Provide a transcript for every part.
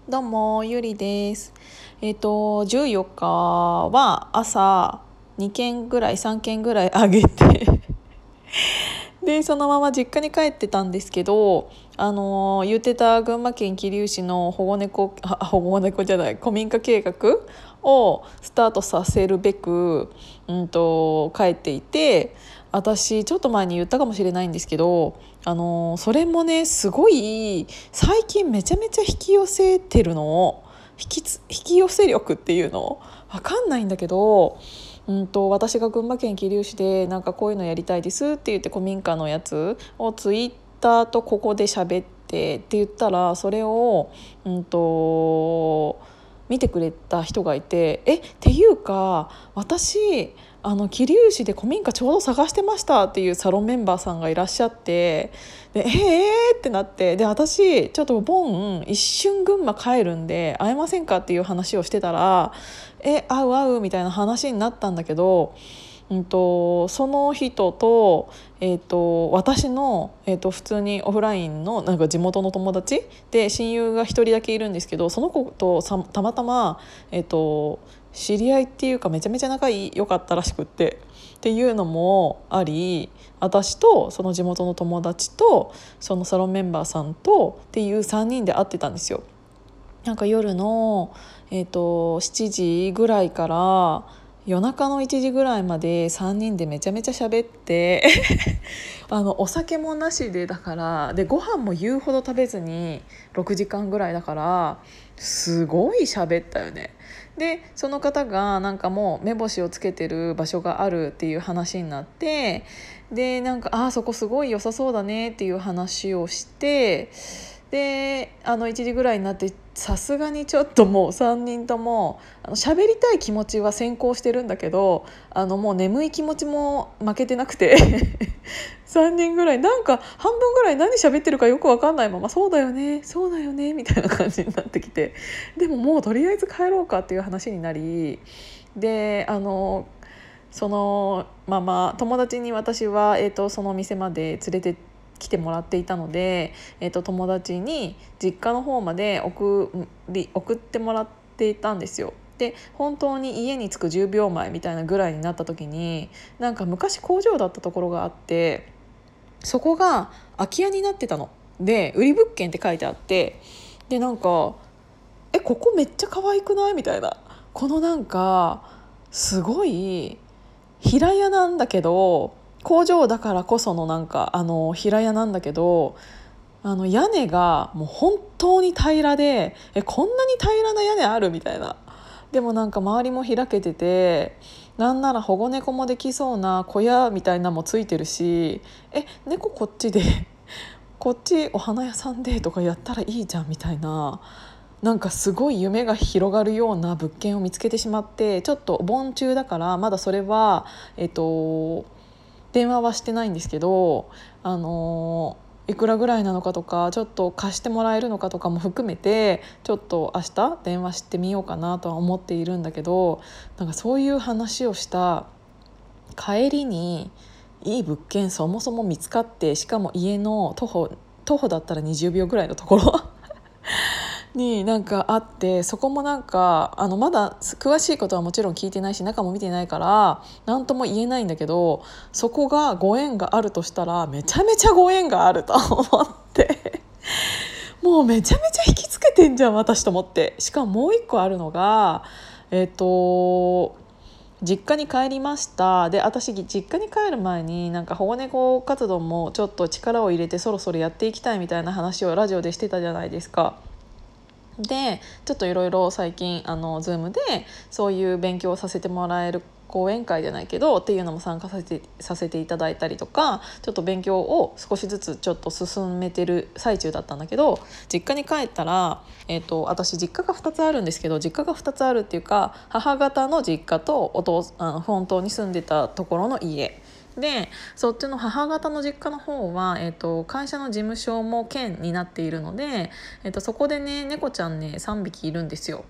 どうもゆりです。14日は朝2件ぐらい3件ぐらいあげてでそのまま実家に帰ってたんですけど、言ってた群馬県桐生市の保護猫じゃない古民家計画をスタートさせるべく、帰っていて、私ちょっと前に言ったかもしれないんですけど、それもねすごい最近めちゃめちゃ引き寄せてるの、引き寄せ力っていうのわかんないんだけど、私が群馬県桐生市でなんかこういうのやりたいですって言って古民家のやつをツイッターとここで喋って言ったら、それを、見てくれた人がいて、っていうか私桐生市で古民家ちょうど探してましたっていうサロンメンバーさんがいらっしゃって、でってなって、で私ちょっと一瞬群馬帰るんで会えませんかっていう話をしてたら、会うみたいな話になったんだけど、その人と、私の、普通にオフラインのなんか地元の友達で親友が一人だけいるんですけど、その子とたまたま、知り合いっていうかめちゃめちゃ仲良かったらしくっていうのもあり、私とその地元の友達とそのサロンメンバーさんとっていう3人で会ってたんですよ。なんか夜の、7時ぐらいから夜中の1時ぐらいまで3人でめちゃめちゃ喋ってお酒もなしで、だからでご飯も言うほど食べずに6時間ぐらいだからすごい喋ったよね。でその方がなんかもう目星をつけてる場所があるっていう話になって、でなんかそこすごい良さそうだねっていう話をして、で1時ぐらいになって、さすがにちょっともう3人とも喋りたい気持ちは先行してるんだけど、もう眠い気持ちも負けてなくて3人ぐらいなんか半分ぐらい何喋ってるかよく分かんないまま、そうだよねそうだよねみたいな感じになってきて、でももうとりあえず帰ろうかっていう話になり、でそのまま友達に私は、その店まで連れて来てもらっていたので、友達に実家の方まで送ってもらっていたんですよ。で本当に家に着く10秒前みたいなぐらいになった時に、なんか昔工場だったところがあって、そこが空き家になってたので売り物件って書いてあって、でなんかここめっちゃ可愛くないみたいな、このなんかすごい平屋なんだけど、工場だからこそのなんか平屋なんだけど、屋根がもう本当に平らで、こんなに平らな屋根あるみたいな。でもなんか周りも開けてて、なんなら保護猫もできそうな小屋みたいなのもついてるし、猫こっちでこっちお花屋さんでとかやったらいいじゃんみたいな、なんかすごい夢が広がるような物件を見つけてしまって、ちょっとお盆中だからまだそれは、電話はしてないんですけど、いくらぐらいなのかとか、ちょっと貸してもらえるのかとかも含めて、ちょっと明日電話してみようかなとは思っているんだけど、なんかそういう話をした帰りにいい物件そもそも見つかって、しかも家の徒歩だったら20秒ぐらいのところになんかあって、そこもなんかまだ詳しいことはもちろん聞いてないし中も見てないから何とも言えないんだけど、そこがご縁があるとしたらめちゃめちゃご縁があると思ってもうめちゃめちゃ引きつけてんじゃん私と思って。しかももう一個あるのが、実家に帰りました。で私実家に帰る前になんか保護猫活動もちょっと力を入れてそろそろやっていきたいみたいな話をラジオでしてたじゃないですか。でちょっといろいろ最近Zoom でそういう勉強をさせてもらえる講演会じゃないけどっていうのも参加させていただいたりとか、ちょっと勉強を少しずつちょっと進めてる最中だったんだけど、実家に帰ったら、私実家が2つあるんですけど、実家が2つあるっていうか母方の実家と本当に住んでたところの家で、そっちの母方の実家の方は、会社の事務所も兼になっているので、そこでね猫ちゃんね3匹いるんですよ。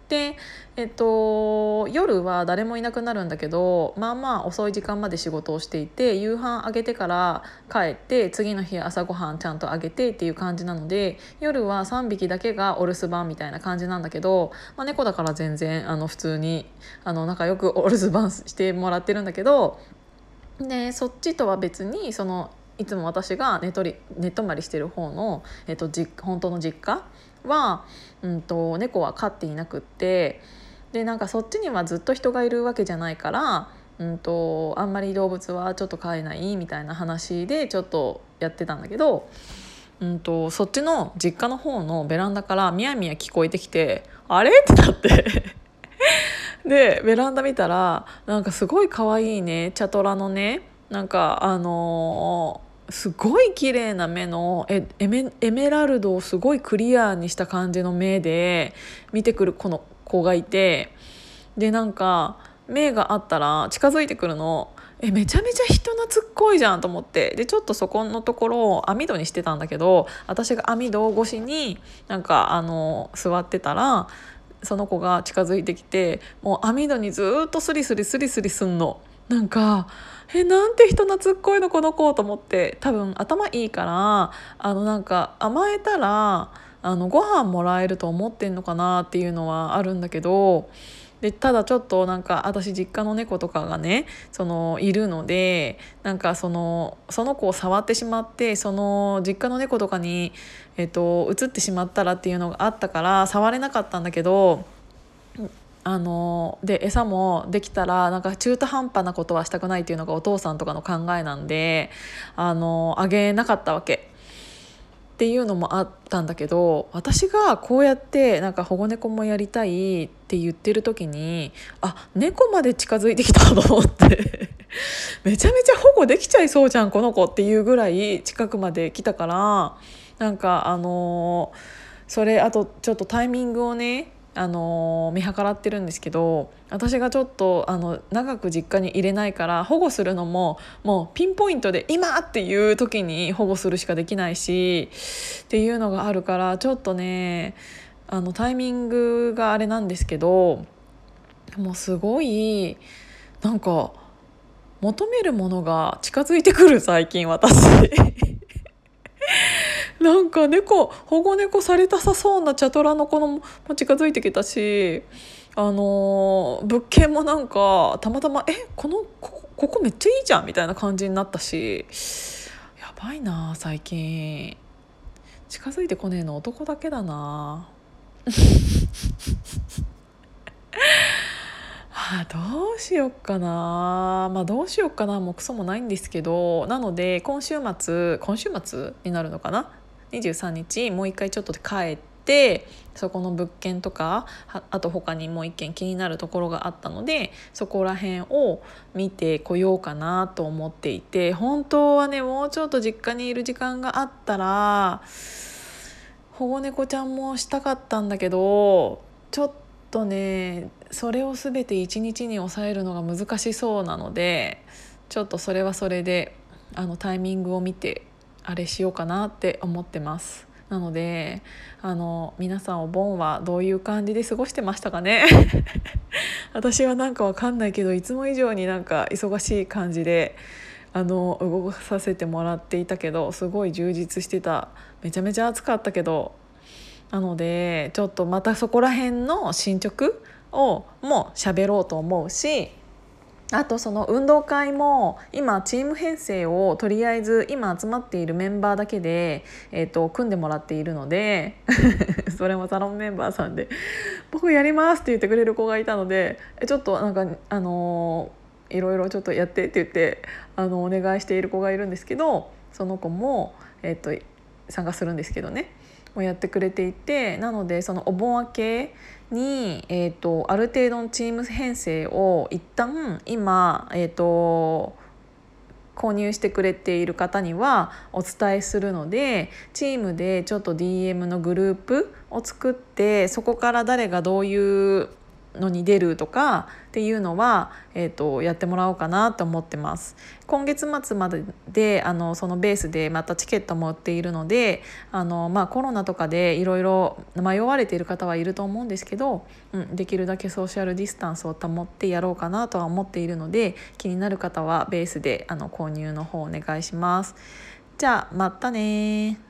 で、夜は誰もいなくなるんだけど、まあまあ遅い時間まで仕事をしていて、夕飯あげてから帰って次の日朝ごはんちゃんとあげてっていう感じなので、夜は3匹だけがお留守番みたいな感じなんだけど、まあ、猫だから全然普通に仲良くお留守番してもらってるんだけど、でそっちとは別にいつも私が寝泊まりしてる方の、本当の実家は、猫は飼っていなくって、でなんかそっちにはずっと人がいるわけじゃないから、あんまり動物はちょっと飼えないみたいな話でちょっとやってたんだけど、そっちの実家の方のベランダからミヤミヤ聞こえてきて、あれってなってでベランダ見たらなんかすごい可愛いねチャトラのね、なんかすごい綺麗な目のエメラルドをすごいクリアにした感じの目で見てくるこの子がいて、でなんか目があったら近づいてくるの。めちゃめちゃ人懐っこいじゃんと思って、でちょっとそこのところを網戸にしてたんだけど、私が網戸越しになんか座ってたらその子が近づいてきて、もう網戸にずっとスリスリスリスリすんの。なんかなんて人懐っこいのこの子と思って、多分頭いいからなんか甘えたらご飯もらえると思ってんのかなっていうのはあるんだけど、でただちょっとなんか私実家の猫とかがねいるので、なんかその子を触ってしまって、その実家の猫とかに、移ってしまったらっていうのがあったから触れなかったんだけど、で餌もできたらなんか中途半端なことはしたくないっていうのがお父さんとかの考えなんであげなかったわけ。っていうのもあったんだけど、私がこうやってなんか保護猫もやりたいって言ってる時に猫まで近づいてきたと思ってめちゃめちゃ保護できちゃいそうじゃんこの子っていうぐらい近くまで来たから、なんかそれあとちょっとタイミングをね見計らってるんですけど、私がちょっと長く実家に入れないから保護するのももうピンポイントで今っていう時に保護するしかできないしっていうのがあるから、ちょっとねタイミングがあれなんですけど、もうすごいなんか求めるものが近づいてくる最近私なんか保護猫されたさそうなチャトラの子のも近づいてきたし、物件もなんかたまたまここめっちゃいいじゃんみたいな感じになったし、やばいな最近近づいてこねえの男だけだなどうしよっかな、どうしよっかなもうクソもないんですけど、なので今週末になるのかな、23日もう一回ちょっと帰ってそこの物件とかあと他にもう一軒気になるところがあったので、そこら辺を見てこようかなと思っていて、本当はねもうちょっと実家にいる時間があったら保護猫ちゃんもしたかったんだけど、ちょっとねそれを全て1日に抑えるのが難しそうなので、ちょっとそれはそれでタイミングを見てあれしようかなって思ってます。なので皆さんお盆はどういう感じで過ごしてましたかね私はなんかわかんないけどいつも以上になんか忙しい感じで動かさせてもらっていたけど、すごい充実してた。めちゃめちゃ暑かったけど、なのでちょっとまたそこら辺の進捗をも喋ろうと思うし、あとその運動会も今チーム編成をとりあえず今集まっているメンバーだけで、組んでもらっているのでそれもサロンメンバーさんで僕やりますって言ってくれる子がいたので、ちょっとなんかいろいろちょっとやってって言ってお願いしている子がいるんですけど、その子も、参加するんですけどねもやってくれていて、なのでそのお盆明けに、ある程度のチーム編成を一旦今、購入してくれている方にはお伝えするので、チームでちょっと DM のグループを作って、そこから誰がどういうのに出るとかっていうのは、やってもらおうかなと思ってます。今月末まででそのベースでまたチケットも売っているのでコロナとかでいろいろ迷われている方はいると思うんですけど、できるだけソーシャルディスタンスを保ってやろうかなとは思っているので、気になる方はベースで購入の方お願いします。じゃあまたね。